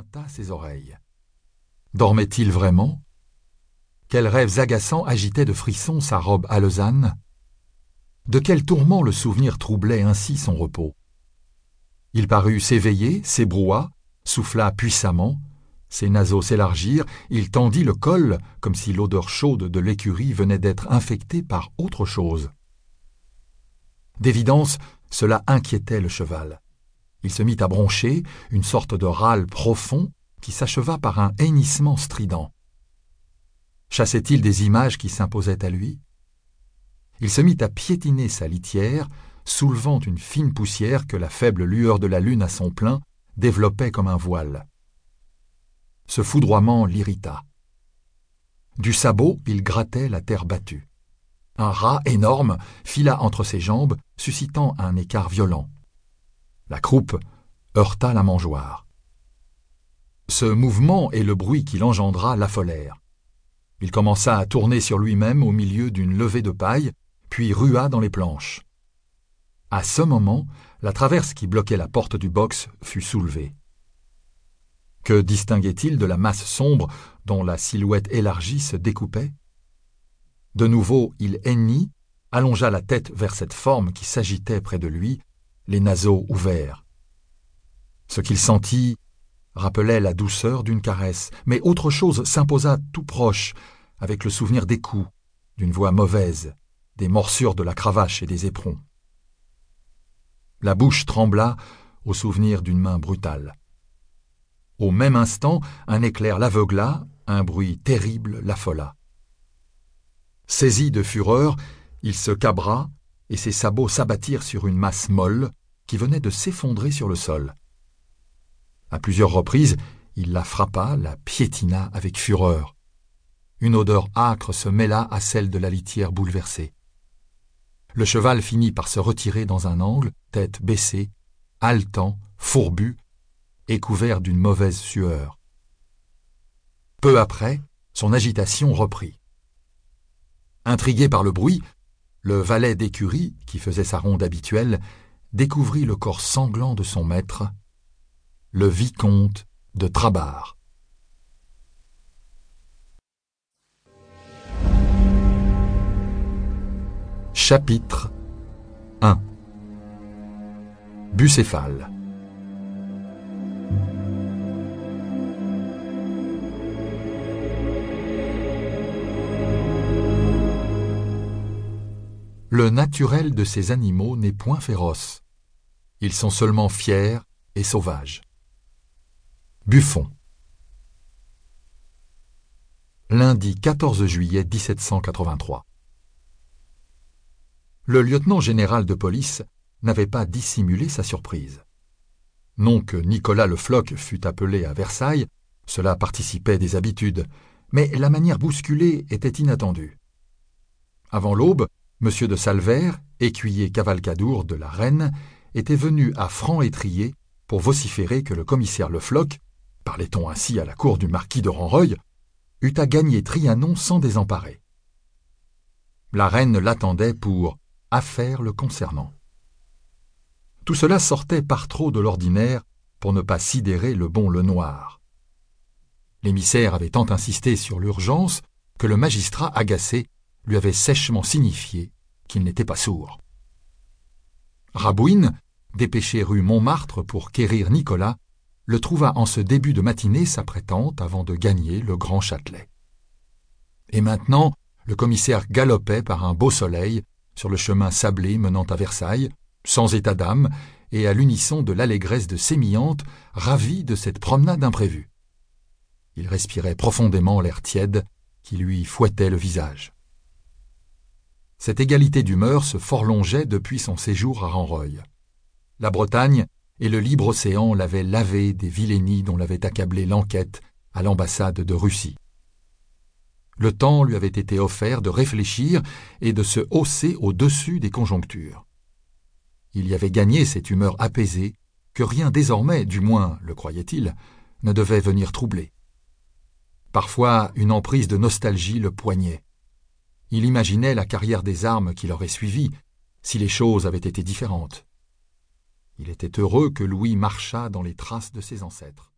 pointa ses oreilles. Dormait-il vraiment? Quels rêves agaçants agitaient de frissons sa robe alezane? De quel tourment le souvenir troublait ainsi son repos? Il parut s'éveiller, s'ébroua, souffla puissamment, ses naseaux s'élargirent, il tendit le col comme si l'odeur chaude de l'écurie venait d'être infectée par autre chose. D'évidence, cela inquiétait le cheval. Il se mit à broncher, une sorte de râle profond qui s'acheva par un hennissement strident. Chassait-il des images qui s'imposaient à lui? Il se mit à piétiner sa litière, soulevant une fine poussière que la faible lueur de la lune à son plein développait comme un voile. Ce foudroiement l'irrita. Du sabot, il grattait la terre battue. Un rat énorme fila entre ses jambes, suscitant un écart violent. La croupe heurta la mangeoire. Ce mouvement et le bruit qu'il engendra l'affolèrent. Il commença à tourner sur lui-même au milieu d'une levée de paille, puis rua dans les planches. À ce moment, la traverse qui bloquait la porte du box fut soulevée. Que distinguait-il de la masse sombre dont la silhouette élargie se découpait? De nouveau, il hennit, allongea la tête vers cette forme qui s'agitait près de lui, les naseaux ouverts. Ce qu'il sentit rappelait la douceur d'une caresse, mais autre chose s'imposa tout proche, avec le souvenir des coups, d'une voix mauvaise, des morsures de la cravache et des éperons. La bouche trembla au souvenir d'une main brutale. Au même instant, un éclair l'aveugla, un bruit terrible l'affola. Saisi de fureur, il se cabra et ses sabots s'abattirent sur une masse molle qui venait de s'effondrer sur le sol. À plusieurs reprises, il la frappa, la piétina avec fureur. Une odeur âcre se mêla à celle de la litière bouleversée. Le cheval finit par se retirer dans un angle, tête baissée, haletant, fourbu, et couvert d'une mauvaise sueur. Peu après, son agitation reprit. Intrigué par le bruit, le valet d'écurie, qui faisait sa ronde habituelle, découvrit le corps sanglant de son maître, le vicomte de Trabarre. Chapitre 1. Bucéphale. Le naturel de ces animaux n'est point féroce. Ils sont seulement fiers et sauvages. Buffon. Lundi 14 juillet 1783. Le lieutenant-général de police n'avait pas dissimulé sa surprise. Non que Nicolas Le Floch fût appelé à Versailles, cela participait des habitudes, mais la manière bousculée était inattendue. Avant l'aube, M. de Salvert, écuyer cavalcadour de la reine, était venu à Franc-Étrier pour vociférer que le commissaire Le Floch, parlait-on ainsi à la cour du marquis de Ranreuil, eut à gagner Trianon sans désemparer. La reine l'attendait pour affaire le concernant. Tout cela sortait par trop de l'ordinaire pour ne pas sidérer le bon Lenoir. L'émissaire avait tant insisté sur l'urgence que le magistrat agacé lui avait sèchement signifié qu'il n'était pas sourd. Rabouine, dépêché rue Montmartre pour quérir Nicolas, le trouva en ce début de matinée s'apprêtant avant de gagner le Grand Châtelet. Et maintenant, le commissaire galopait par un beau soleil sur le chemin sablé menant à Versailles, sans état d'âme et à l'unisson de l'allégresse de Sémillante, ravi de cette promenade imprévue. Il respirait profondément l'air tiède qui lui fouettait le visage. Cette égalité d'humeur se forlongeait depuis son séjour à Ranreuil. La Bretagne et le libre océan l'avaient lavé des vilainies dont l'avait accablé l'enquête à l'ambassade de Russie. Le temps lui avait été offert de réfléchir et de se hausser au-dessus des conjonctures. Il y avait gagné cette humeur apaisée que rien désormais, du moins le croyait-il, ne devait venir troubler. Parfois, une emprise de nostalgie le poignait. Il imaginait la carrière des armes qu'il aurait suivie si les choses avaient été différentes. Il était heureux que Louis marchât dans les traces de ses ancêtres.